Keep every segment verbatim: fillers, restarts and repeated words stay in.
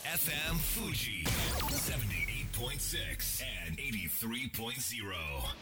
エフエム Fuji seventy-eight point six and eighty-three point zero。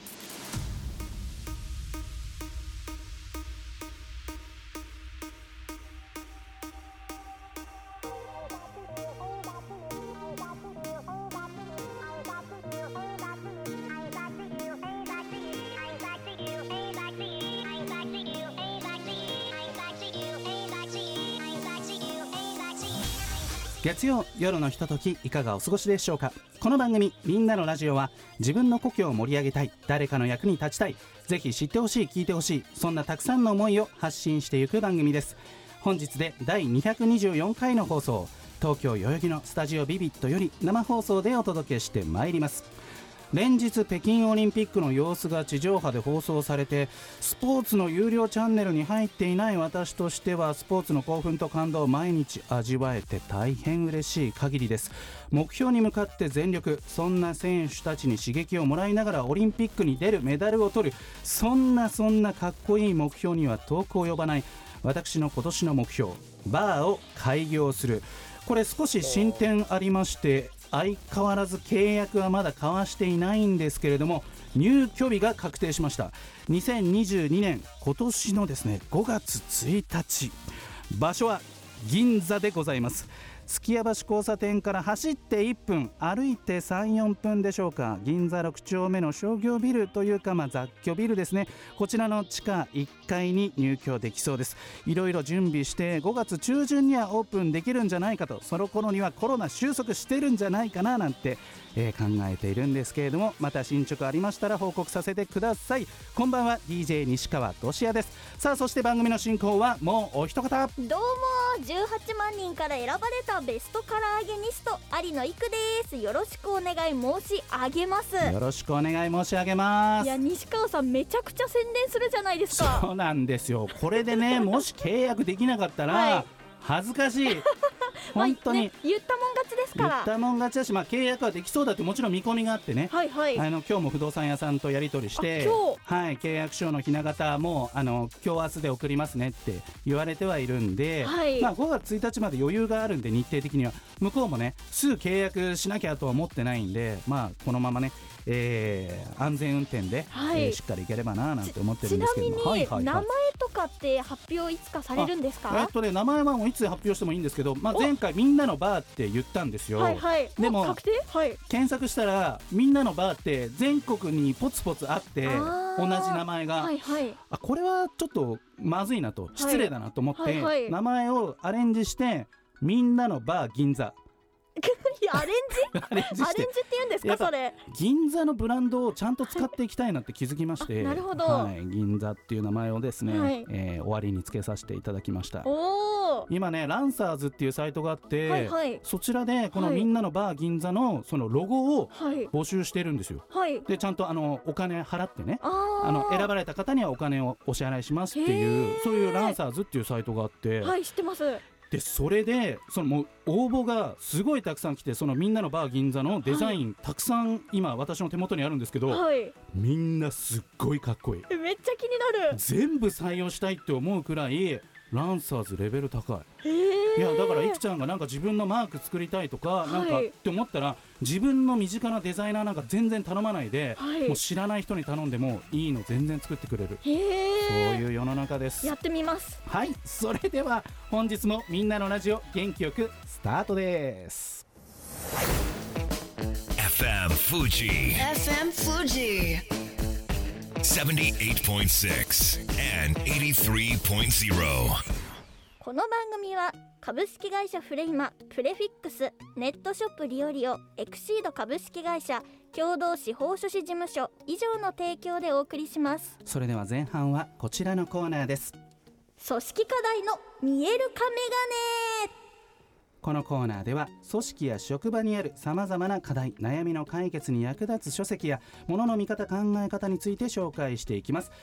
月曜夜のひとときいかがお過ごしでしょうか。この番組みんなのラジオは自分の故郷を盛り上げたい、誰かの役に立ちたい、ぜひ知ってほしい、聞いてほしい、そんなたくさんの思いを発信していく番組です。本日でだいにひゃくにじゅうよんかいの放送、東京代々木のスタジオビビットより生放送でお届けしてまいります。連日北京オリンピックの様子が地上波で放送されて、スポーツの有料チャンネルに入っていない私としてはスポーツの興奮と感動を毎日味わえて大変嬉しい限りです。目標に向かって全力、そんな選手たちに刺激をもらいながらオリンピックに出る、メダルを取る、そんなそんなかっこいい目標には遠く及ばない私の今年の目標、バーを開業する。これ少し進展ありまして、相変わらず契約はまだ交わしていないんですけれども、入居日が確定しました。にせんにじゅうにねん今年のですねごがつついたち、場所は銀座でございます。すきや橋交差点から走っていっぷん、歩いて さん,よん 分でしょうか。銀座ろく丁目の商業ビルというか、まあ、雑居ビルですね。こちらの地下いっかいに入居できそうです。いろいろ準備してごがつ中旬にはオープンできるんじゃないかと、その頃にはコロナ収束してるんじゃないかななんて、えー、考えているんですけれども、また進捗ありましたら報告させてください。こんばんは、 ディージェー 西川俊也です。さあ、そして番組の進行はもうお一方。 どうも、じゅうはちまんにんから選ばれたベストカラーゲニスト有野育です。よろしくお願い申し上げます。 よろしくお願い申し上げます。 いや、西川さんめちゃくちゃ宣伝するじゃないですか。 そうなんですよ。これでねもし契約できなかったら、はい、恥ずかしい本当に、まあね、 言ったもん勝ちですから。 言ったもん勝ちだし、まあ、契約はできそうだってもちろん見込みがあってね、 はいはい、 あの今日も不動産屋さんとやり取りして、はい、契約書のひな形もあの今日明日で送りますねって言われてはいるんで、はい、まあ、ごがつついたちまで余裕があるんで、日程的には向こうもねすぐ契約しなきゃとは思ってないんで、まあ、このままね、えー、安全運転で、はい、えー、しっかりいければななんて思ってるんですけども。 ちなみに、 はいはいはい、 名前とかって発表いつかされるんですか？ えっとね、名前はもういつ発表してもいいんですけど、まあ、前回みんなのバーって言ったんですよ。 はいはい、 でも確定、はい、 検索したらみんなのバーって全国にポツポツあって同じ名前が、はいはい、あ、これはちょっとまずいなと、失礼だなと思って、はいはいはい、名前をアレンジしてみんなのバー銀座アレンジアレンジって言うんですか？それ銀座のブランドをちゃんと使っていきたいなって気づきましてなるほど、 はい、銀座っていう名前をですね、はい、えー、終わりにつけさせていただきました。お今ねランサーズっていうサイトがあって、はいはい、そちらでこのみんなのバー銀座のそのロゴを募集してるんですよ、はい、でちゃんとあのお金払ってね、あの選ばれた方にはお金をお支払いしますっていう、そういうランサーズっていうサイトがあって、 はい、知ってます。 でそれでそのもう応募がすごいたくさん来て、そのみんなのバー銀座のデザイン、はい、たくさん今私の手元にあるんですけど、はい、みんなすっごいかっこいい。 めっちゃ気になる。 全部採用したいって思うくらいランサーズレベル高い。いやだからいくちゃんがなんか自分のマーク作りたいとか、はい、なんかって思ったら自分の身近なデザイナーなんか全然頼まないで、はい、もう知らない人に頼んでもいいの全然作ってくれる。へそういう世の中です。 やってみます。 はい、それでは本日もみんなのラジオ元気よくスタートです。 エフエム Fuji エフエム Fuji seventy-eight point six and eighty-three point zero。 この番組は株式会社フレイマ、プレフィックス、ネットショップリオリオ、エクシード株式会社、共同司法書士事務所以上の提供でお送りします。 それでは前半はこちらのコーナーです。 組織課題の見える化メガネ。 このコーナーでは組織や職場にあるさまざまな課題、悩みの解決に役立つ書籍やものの見方、考え方について紹介していきます。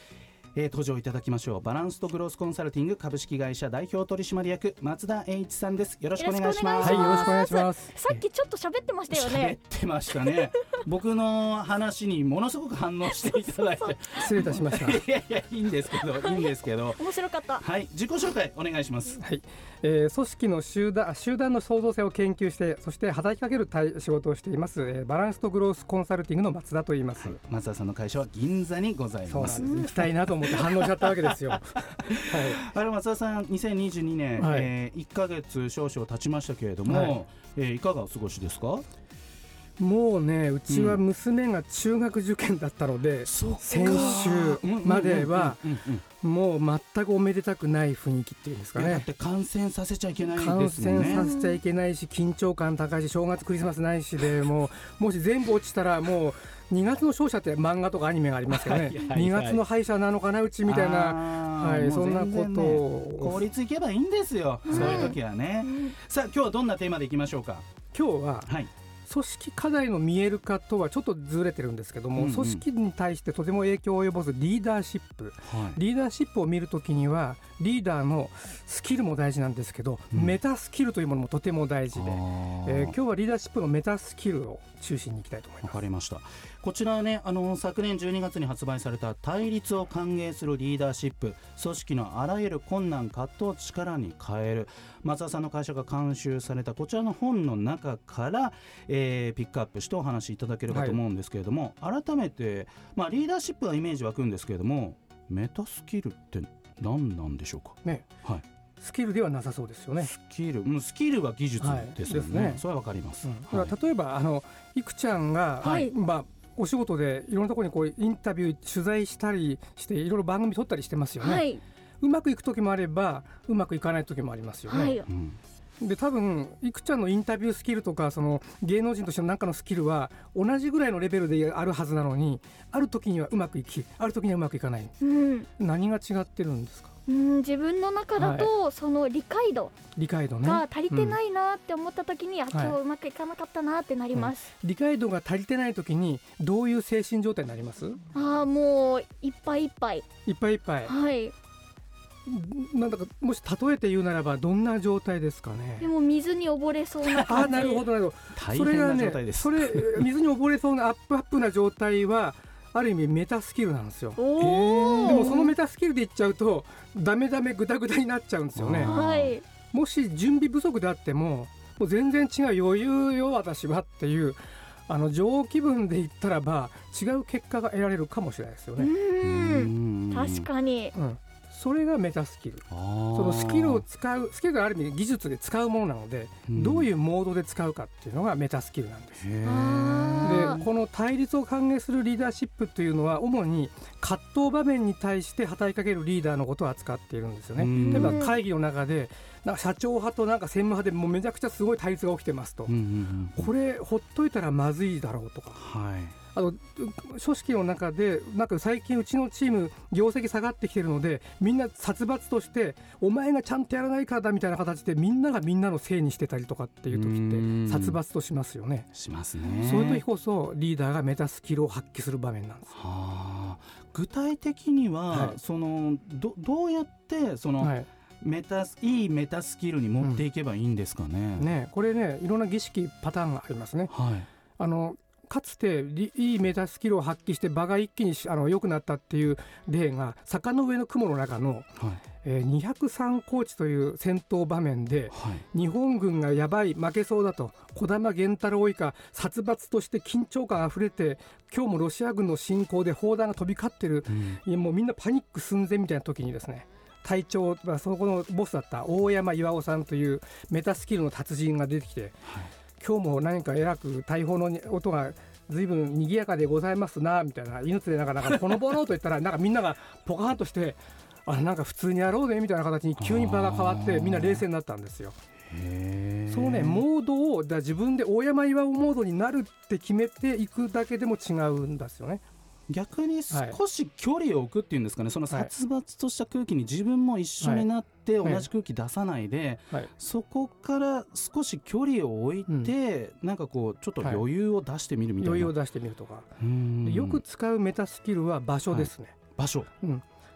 えー、登場いただきましょう。バランスとグロースコンサルティング株式会社代表取締役松田栄一さんです。よろしくお願いします。 はい、よろしくお願いします。 さっきちょっと喋ってましたよね。 喋ってましたね僕の話にものすごく反応していただいて失礼いたしました。 いやいやいいんですけどいいんですけど面白かった。 はい、自己紹介お願いします。 はい、えー、組織の集団集団の創造性を研究して、そして働きかける仕事をしています、えー、バランスとグロースコンサルティングの松田と言います。はい、 松田さんの会社は銀座にございます。 そうなんです。行きたいなと思って反応しちゃったわけですよはい、 あれ松田さんにせんにじゅうにねん、はい、えー、いっかげつ少々経ちましたけれども、はい、えー、いかがお過ごしですか？ もうね、うちは娘が中学受験だったので、うん、先週まではもう全くおめでたくない雰囲気っていうんですかね。 だって感染させちゃいけないですもんね。 感染させちゃいけないし、緊張感高いし、正月クリスマスないしで、もうもし全部落ちたらもうにがつの勝者って漫画とかアニメがありますけどね、はいはいはい、にがつの敗者なのかなうちみたいな、はい、そんなことを、 ね、効率いけばいいんですよ、うん、そういう時はね、うん、さあ今日はどんなテーマでいきましょうか。 今日は、はい、組織課題の見える化とはちょっとずれてるんですけども、うんうん、組織に対してとても影響を及ぼすリーダーシップ、はい、リーダーシップを見るときにはリーダーのスキルも大事なんですけど、うん、メタスキルというものもとても大事で、えー、今日はリーダーシップのメタスキルを中心にいきたいと思います。 わかりました。こちらはね、あの昨年じゅうにがつに発売された対立を歓迎するリーダーシップ、組織のあらゆる困難葛藤を力に変える、松田さんの会社が監修されたこちらの本の中から、えー、ピックアップしてお話しいただければと思うんですけれども、はい、改めて、まあ、リーダーシップはイメージ湧くんですけれども、メタスキルって何なんでしょうかね。はい、 スキルではなさそうですよね。 スキル、スキルは技術ですよね。はい、ですね。それはわかります。 うん、はい、例えばあのいくちゃんが、はい、まあお仕事でいろんなところにこうインタビュー取材したりしていろいろ番組撮ったりしてますよね。はい、うまくいく時もあればうまくいかない時もありますよね。はい、うん、で多分いくちゃんのインタビュースキルとかその芸能人としての何かのスキルは同じぐらいのレベルであるはずなのに、ある時にはうまくいき、ある時にはうまくいかない、うん、何が違ってるんですか？ うん、自分の中だと、はい、その理解度理解度、ね、 が足りてないなって思った時に、うん、あ今日うまくいかなかったなってなります。 うん、理解度が足りてない時にどういう精神状態になります？ あもういっぱいいっぱいいっぱいいっぱい、 はい、 なんだかもし例えて言うならばどんな状態ですかね。 でも水に溺れそうな感じ。 あなるほどなるほど。 大変な状態です。 それがね、それ水に溺れそうなアップアップな状態はある意味メタスキルなんですよ。でもそのメタスキルでいっちゃうとダメダメグダグダになっちゃうんですよね。はい、もし準備不足であっても、もう全然違う余裕よ私はっていうあの上気分で言ったらば違う結果が得られるかもしれないですよね。 うん確かに、うん、 それがメタスキル。そのスキルを使う、スキルがある意味技術で使うものなので、うん、どういうモードで使うかっていうのがメタスキルなんです。でこの対立を歓迎するリーダーシップというのは主に葛藤場面に対して働きかけるリーダーのことを扱っているんですよね。例えば会議の中でなんか社長派となんか専務派でもうめちゃくちゃすごい対立が起きてますと、うんうんうん、これほっといたらまずいだろうとか、はい、あの組織の中でなんか最近うちのチーム業績下がってきてるのでみんな殺伐としてお前がちゃんとやらないからだみたいな形でみんながみんなのせいにしてたりとかっていう時って殺伐としますよね。 しますね。 そういう時こそリーダーがメタスキルを発揮する場面なんです。 は具体的には、はい、その ど, どうやってその、はいメタいいメタスキルに持っていけばいいんですかね。 うん、ねこれねいろんな儀式パターンがありますね。はい、あのかつていいメタスキルを発揮して場が一気にあの良くなったっていう例が坂の上の雲の中の、はいえー、にひゃくさん高地という戦闘場面で、はい、日本軍がやばい負けそうだと児玉源太郎以下殺伐として緊張感あふれて今日もロシア軍の侵攻で砲弾が飛び交ってる、うん、もうみんなパニック寸前みたいな時にですね隊長、まあ、そこのボスだった大山巌さんというメタスキルの達人が出てきて、はい、今日も何かえらく大砲の音が随分賑やかでございますなみたいな犬連れながらほのぼのと言ったらなんかみんながポカーンとしてあなんか普通にやろうねみたいな形に急に場が変わってみんな冷静になったんですよ。へそのねモードをだ自分で大山巌モードになるって決めていくだけでも違うんですよね。 逆に少し距離を置くっていうんですかね、はい、その殺伐とした空気に自分も一緒になって同じ空気出さないで、はいはい、そこから少し距離を置いて、うん、なんかこうちょっと余裕を出してみるみたいな、 余裕を出してみるとかよく使うメタスキルは場所ですね。 場所、 うん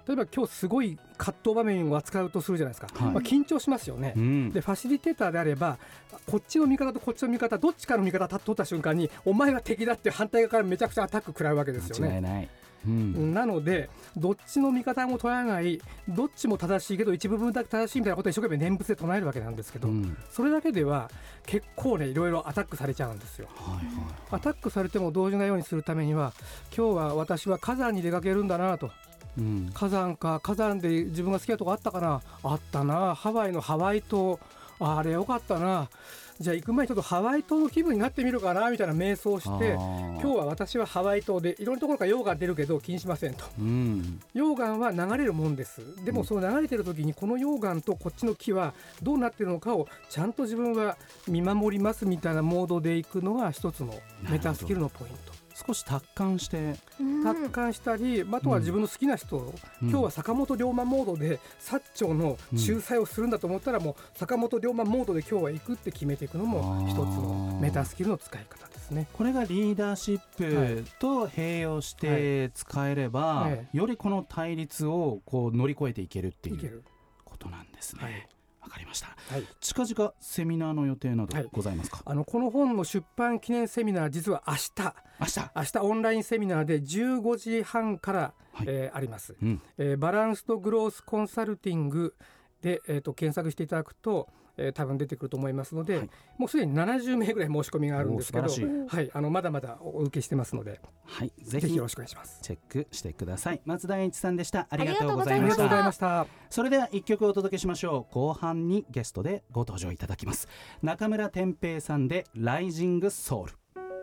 例えば今日すごい葛藤場面を扱うとするじゃないですか、 はい、 まあ、緊張しますよね、うん、でファシリテーターであればこっちの味方とこっちの味方どっちかの味方取った瞬間にお前は敵だって反対側からめちゃくちゃアタック食らうわけですよね。 間違いない、うん、 なのでどっちの味方も取らないどっちも正しいけど一部分だけ正しいみたいなことを一生懸命念仏で唱えるわけなんですけど、うん、それだけでは結構ねいろいろアタックされちゃうんですよ、はいはいはい、アタックされても動じないようにするためには今日は私は火山に出かけるんだなと、うん、火山か火山で自分が好きなとこあったかなあったなハワイのハワイ島あれよかったなじゃあ行く前にちょっとハワイ島の気分になってみるかなみたいな瞑想して今日は私はハワイ島でいろんなところから溶岩出るけど気にしませんと、うん、溶岩は流れるもんです。でもその流れてる時にこの溶岩とこっちの木はどうなってるのかをちゃんと自分は見守りますみたいなモードで行くのが一つのメタスキルのポイント。 少し達観して達観したりあとは自分の好きな人、うん、今日は坂本龍馬モードで薩長の仲裁をするんだと思ったら、うん、もう坂本龍馬モードで今日は行くって決めていくのも一つのメタスキルの使い方ですね。 これがリーダーシップと併用して使えれば、はいはい、よりこの対立をこう乗り越えていけるっていうことなんですね。はい、わかりました、はい、近々セミナーの予定などございますか？ はい、あのこの本の出版記念セミナー実は明日明日明日オンラインセミナーでじゅうごじはんから、はいえー、あります、うんえー、バランスとグロースコンサルティングで、えー、と検索していただくとえー、多分出てくると思いますので、はい、もうすでにななじゅうめいぐらい申し込みがあるんですけど、はい、あのまだまだお受けしてますので、 はい、 ぜひよろしくお願いします。 チェックしてください。松田栄一さんでした。ありがとうございました。 ありがとうございました。 それではいっきょくお届けしましょう。後半にゲストでご登場いただきます。中村天平さんでライジングソウル。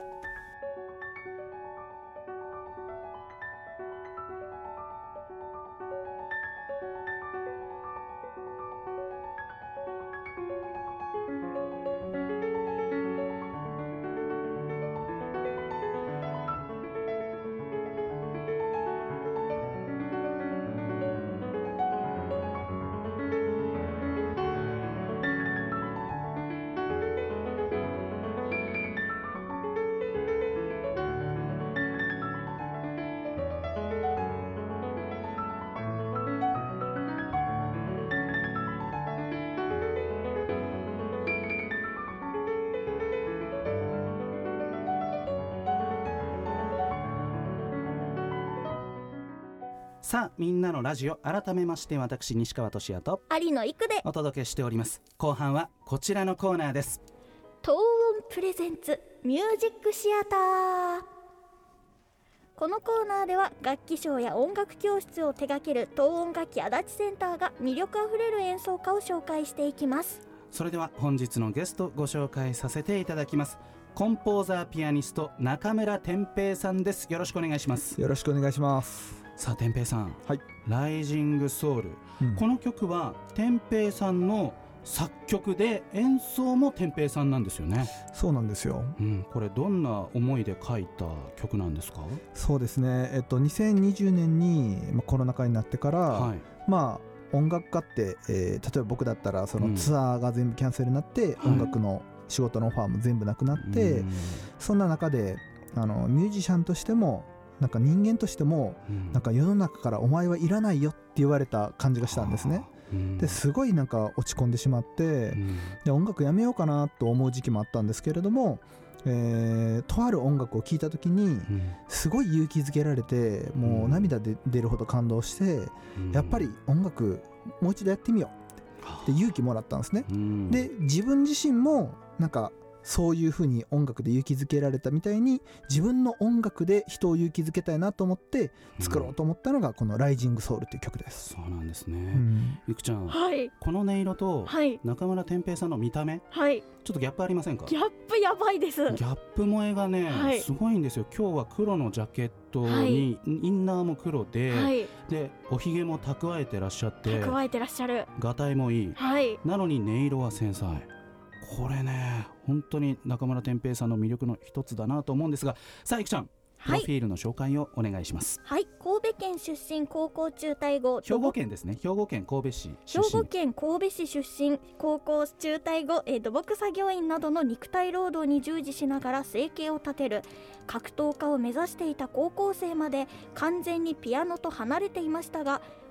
さあみんなのラジオ改めまして私西川俊也と有野育でお届けしております。後半はこちらのコーナーです。 東音プレゼンツミュージックシアター。このコーナーでは楽器賞や音楽教室を手掛ける東音楽器足立センターが魅力あふれる演奏家を紹介していきます。 それでは本日のゲストご紹介させていただきます。コンポーザーピアニスト中村天平さんです。よろしくお願いします。 よろしくお願いします。 さあ天平さん、 はい、 ライジングソウル、うん、この曲は天平さんの作曲で演奏も天平さんなんですよね。 そうなんですよ、 うん、これどんな思いで書いた曲なんですか？ そうですね、えっと、にせんにじゅうねんに、まあ、コロナ禍になってから、はい、まあ音楽家って、えー、例えば僕だったらそのツアーが全部キャンセルになって、うん、音楽の仕事のオファーも全部なくなって、はい、そんな中であのミュージシャンとしてもなんか人間としても、うん、なんか世の中からお前はいらないよって言われた感じがしたんですね。うん、ですごいなんか落ち込んでしまって、うん、で音楽やめようかなと思う時期もあったんですけれども、えー、とある音楽を聴いた時にすごい勇気づけられて、もう涙で出るほど感動して、うん、やっぱり音楽もう一度やってみようって勇気もらったんですね。うん、で自分自身もなんかそういう風に音楽で勇気づけられたみたいに自分の音楽で人を勇気づけたいなと思って作ろうと思ったのがこのライジングソウルという曲です。 そうなんですね、うん、ゆくちゃん、はい、この音色と中村天平さんの見た目、はい、ちょっとギャップありませんか？ ギャップやばいです。ギャップ萌えがね、はい、すごいんですよ。今日は黒のジャケットに、はい、インナーも黒で、はい、でおひげも蓄えてらっしゃって蓄えてらっしゃる、 がたいもいい、はい、なのに音色は繊細。これね本当に中村天平さんの魅力の一つだなと思うんですが、さあいくちゃん、プロフィールの紹介をお願いします。 はい、神戸県出身、高校中退後、 兵庫県ですね、兵庫県神戸市出身、 兵庫県神戸市出身、高校中退後、えー、土木作業員などの肉体労働に従事しながら生計を立てる格闘家を目指していた高校生まで完全にピアノと離れていましたが、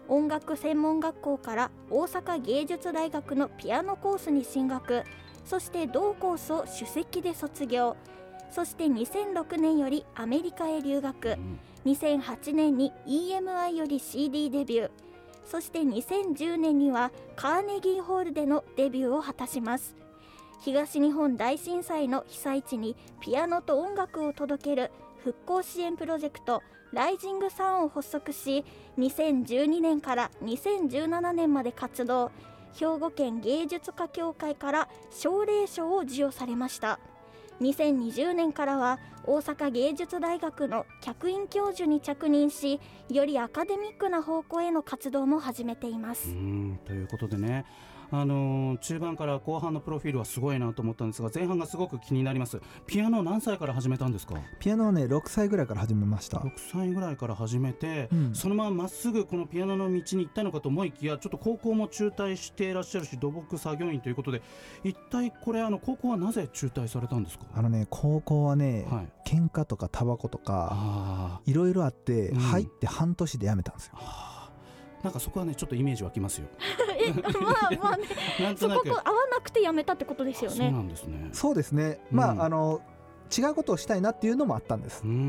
音楽専門学校から大阪芸術大学のピアノコースに進学、そして同コースを首席で卒業。そしてにせんろくねんよりアメリカへ留学、にせんはちねんに イーエムアイ より シーディー デビュー、そしてにせんじゅうねんにはカーネギーホールでのデビューを果たします。東日本大震災の被災地にピアノと音楽を届ける復興支援プロジェクトライジングサンを発足し、にせんじゅうにねんからにせんじゅうななねんまで活動。兵庫県芸術家協会から奨励賞を授与されました。にせんにじゅうねんからは大阪芸術大学の客員教授に着任し、よりアカデミックな方向への活動も始めています。 うーんということでね、あのー、中盤から後半のプロフィールはすごいなと思ったんですが、前半がすごく気になります。ピアノ何歳から始めたんですか？ ピアノはねろくさいぐらいから始めました。 ろくさいぐらいから始めて、うん、そのまままっすぐこのピアノの道に行ったのかと思いきや、ちょっと高校も中退していらっしゃるし土木作業員ということで、一体これあの高校はなぜ中退されたんですか？ あのね高校はね、はい、喧嘩とかタバコとかいろいろあって、うん、入って半年で辞めたんですよ。 なんかそこはねちょっとイメージ湧きますよえまあまあねなんとなくそこと合わなくてやめたってことですよね。 そうなんですね。 そうですね、うん、まああの違うことをしたいなっていうのもあったんです。 うーん、うん、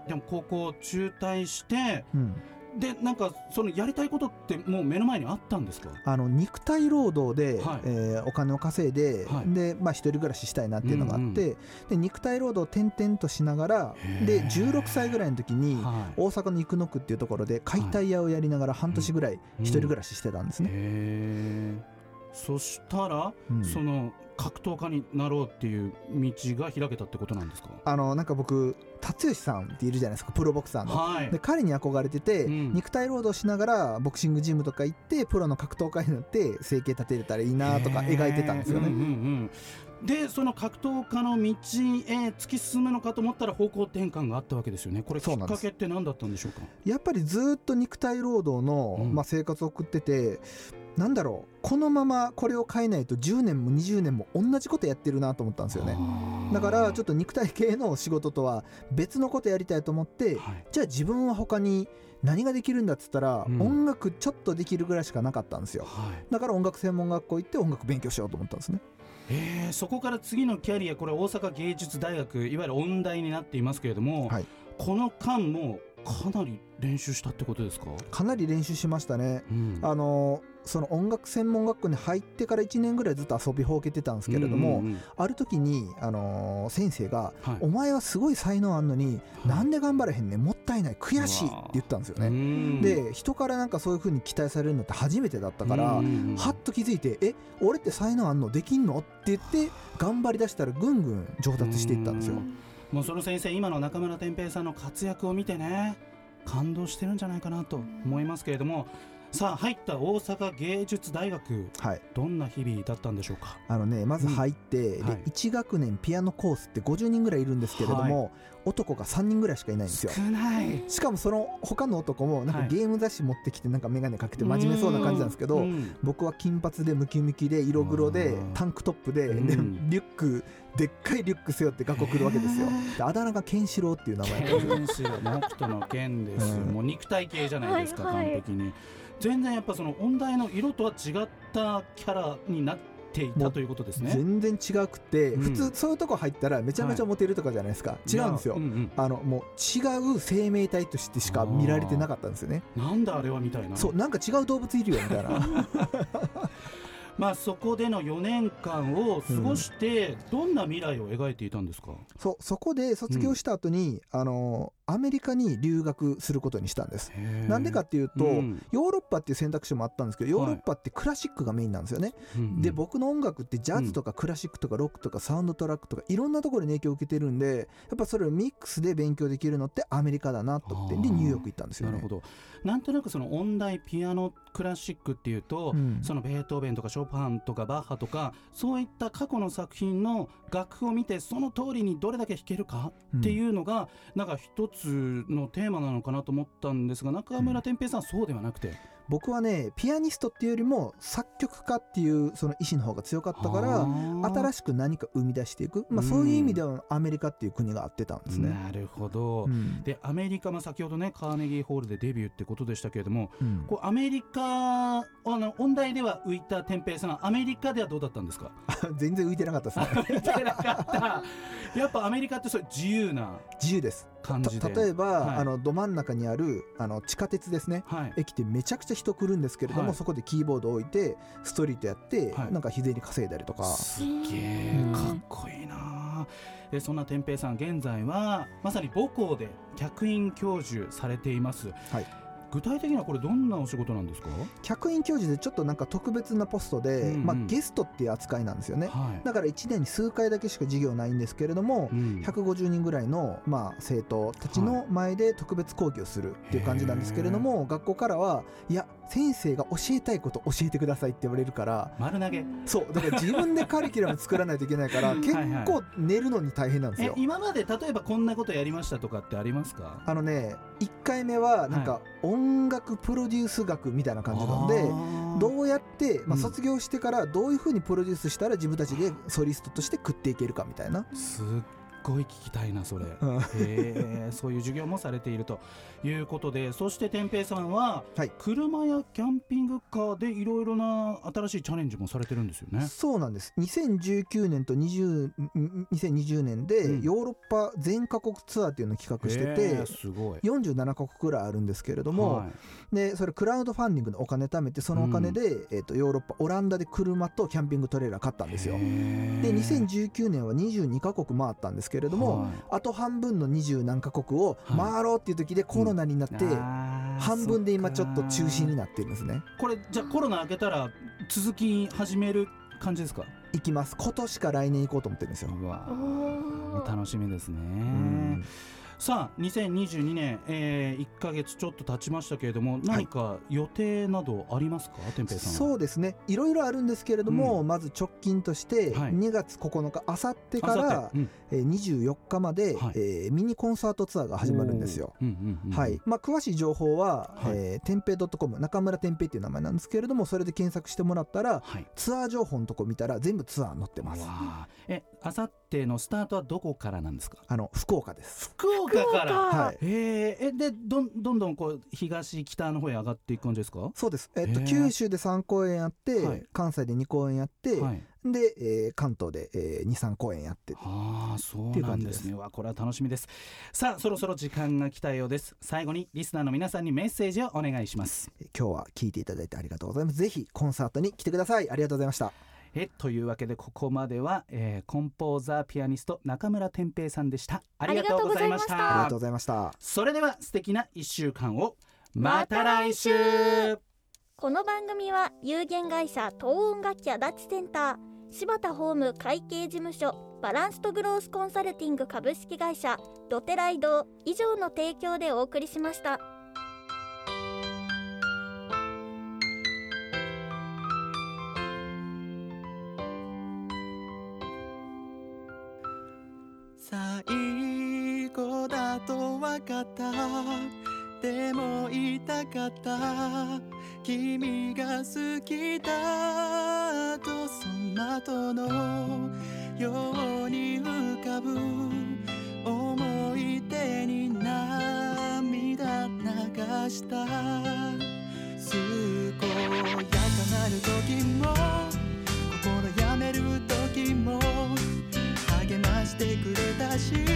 でも高校中退して、うん、でなんかそのやりたいことってもう目の前にあったんですか？ あの肉体労働で、はいえー、お金を稼いで、はい、でまあ一人暮らししたいなっていうのがあって、うんうん、で肉体労働を転々としながらでじゅうろくさいぐらいの時に、はい、大阪の生野区っていうところで解体屋をやりながら半年ぐらい一人暮らししてたんですね、うんうん、へそしたら、うん、その格闘家になろうっていう道が開けたってことなんですか？ あのなんか僕辰吉さんっているじゃないですか、プロボクサーの、はい、で彼に憧れてて、うん、肉体労働しながらボクシングジムとか行ってプロの格闘家になって生計立てれたらいいなとか描いてたんですよね、うんうんうん、でその格闘家の道へ突き進むのかと思ったら方向転換があったわけですよね。これきっかけって何だったんでしょうか？ やっぱりずっと肉体労働の、うんまあ、生活を送ってて、なんだろうこのままこれを変えないとじゅうねんもにじゅうねんも同じことやってるなと思ったんですよね。だからちょっと肉体系の仕事とは別のことやりたいと思って、はい、じゃあ自分は他に何ができるんだっつったら、うん、音楽ちょっとできるぐらいしかなかったんですよ、はい、だから音楽専門学校行って音楽勉強しようと思ったんですね。 えー、そこから次のキャリア、これ大阪芸術大学いわゆる音大になっていますけれども、はい、この間もかなり練習したってことですか？ かなり練習しましたね、うん、あのその音楽専門学校に入ってからいちねんぐらいずっと遊びほうけてたんですけれども、うんうんうん、ある時に、あのー、先生が、はい、お前はすごい才能あんのに、はい、なんで頑張れへんねん、もったいない、悔しいって言ったんですよね。で人からなんかそういう風に期待されるのって初めてだったから、うんうん、はっと気づいて、え俺って才能あんのできんのって言って頑張りだしたらぐんぐん上達していったんですよ。 もうその先生、今の中村天平さんの活躍を見てね感動してるんじゃないかなと思いますけれども、さあ入った大阪芸術大学、はい、どんな日々だったんでしょうか？ あのねまず入って、うん、で、はい、いち学年ピアノコースってごじゅうにんぐらいいるんですけれども、はい、男がさんにんぐらいしかいないんですよ。 少ない。 しかもその他の男もなんかゲーム雑誌持ってきてなんか眼鏡かけて真面目そうな感じなんですけど、僕は金髪でムキムキで色黒でタンクトップ で, でリュックでっかいリュック背負って学校来るわけですよ。であだ名がケンシロウっていう名前ケンシロウ、北斗の剣ですよ、うん、もう肉体系じゃないですか、はいはい、完璧に。全然やっぱその音大の色とは違ったキャラになっていたということですね。 全然違くて、うん、普通そういうとこ入ったらめちゃめちゃモテるとかじゃないですか、はい、違うんですよ、うんうん、あのもう違う生命体としてしか見られてなかったんですよね。 なんだあれはみたいな、 そうなんか違う動物いるよみたいなまあそこでのよねんかんを過ごしてどんな未来を描いていたんですか？うん、 そ, そこで卒業した後に、うん、あのアメリカに留学することにしたんです。なんでかっていうと、うん、ヨーロッパっていう選択肢もあったんですけど、ヨーロッパってクラシックがメインなんですよね、はい、で僕の音楽ってジャズとかクラシックとかロックとかサウンドトラックとかいろんなところに影響を受けてるんで、やっぱそれをミックスで勉強できるのってアメリカだなと思って、でニューヨーク行ったんですよね。 なるほど。なんとなくその音大ピアノクラシックっていうと、うん、そのベートーベンとかショパンとかバッハとかそういった過去の作品の楽譜を見てその通りにどれだけ弾けるかっていうのが、うん、なんか一つのテーマなのかなと思ったんですが、中村天平さんはそうではなくて、 僕はねピアニストっていうよりも作曲家っていうその意志の方が強かったから新しく何か生み出していく、まあ、そういう意味ではアメリカっていう国が合ってたんですね。 なるほど、うん、でアメリカ、まあ、先ほどねカーネギーホールでデビューってことでしたけれども、うん、こうアメリカあの音大では浮いた天平さん、アメリカではどうだったんですか？ 全然浮いてなかったですね。 浮いてなかったやっぱアメリカってそれ自由な自由です感じで、 例えば、はい、あのど真ん中にあるあの地下鉄ですね、はい、駅ってめちゃくちゃ人来るんですけれども、はい、そこでキーボードを置いてストリートやって、はい、なんか日銭稼いだりとか。 すげえかっこいいな。えそんな天平さん現在はまさに母校で客員教授されています。はい、具体的にはこれどんなお仕事なんですか？ 客員教授でちょっとなんか特別なポストで、うんうん、まあ、ゲストっていう扱いなんですよね、はい、だからいちねんに数回だけしか授業ないんですけれども、うん、ひゃくごじゅうにんぐらいの、まあ、生徒たちの前で特別講義をするっていう感じなんですけれども、はい、学校からはいや先生が教えたいこと教えてくださいって言われるから丸投げ。 そうだから自分でカリキュラム作らないといけないから結構寝るのに大変なんですよ。 え今まで例えばこんなことやりましたとかってありますか？ あのねいっかいめはなんか音楽プロデュース学みたいな感じなので、はい、どうやって、まあ、卒業してからどういう風にプロデュースしたら自分たちでソリストとして食っていけるかみたいな。 すっごい聞きたいなそれ、うん、へそういう授業もされているということで、そして天平さんは、はい、車やキャンピングカーでいろいろな新しいチャレンジもされてるんですよね。 そうなんです。にせんじゅうきゅうねんとにせんにじゅうねんでヨーロッパ全カ国ツアーっていうのを企画してて、うん、すごいよんじゅうななかこくくらいあるんですけれども、はい、でそれクラウドファンディングのお金貯めてそのお金で、うんえー、とヨーロッパオランダで車とキャンピングトレーラー買ったんですよ。でにせんじゅうきゅうねんはにじゅうにかこく回ったんですけれども、はいあと半分のにじゅうなんか国を回ろうっていう時でコロナになって、うん、半分で今ちょっと中止になってるんですね。 これじゃあコロナ明けたら続き始める感じですか？ 行きます。今年か来年行こうと思ってるんですよ。うわ楽しみですね。うんさあにせんにじゅうにねん、えー、いっかげつちょっと経ちましたけれども何か予定などありますか？天平さんは。 そうですねいろいろあるんですけれども、うん、まず直近としてにがつここのかあさってから、うんえー、にじゅうよっかまで、はいえー、ミニコンサートツアーが始まるんですよ。はいまあ、詳しい情報は、はいえー、天平 .com 中村天平っていう名前なんですけれどもそれで検索してもらったら、はい、ツアー情報のとこ見たら全部ツアー載ってます。 えあさってのスタートはどこからなんですか？ あの福岡です。 福岡から、はい、えー、で ど, どんどんこう東北の方へ上がっていく感じですか？ そうです、えっと、九州でさんこうえんやって、はい、関西でにこうえんやって、はい、で、えー、関東で、えー、にさんこうえんやってあそうなんですね。わこれは楽しみです。さあそろそろ時間が来たようです。最後にリスナーの皆さんにメッセージをお願いします。 今日は聞いていただいてありがとうございます。ぜひコンサートに来てください。ありがとうございました。 えというわけでここまでは、えー、コンポーザーピアニスト中村天平さんでした。ありがとうございました。 ありがとうございました。 それでは素敵ないっしゅうかんをまた来週。 この番組は有限会社東音楽器足立センター柴田ホーム会計事務所バランスとグロースコンサルティング株式会社ドテライド以上の提供でお送りしました。 最後だと分かった。でも言いたかった。君が好きだとその後のように浮かぶ思い出に涙流した。健やかなる時も心やめる時も励ましてくれたし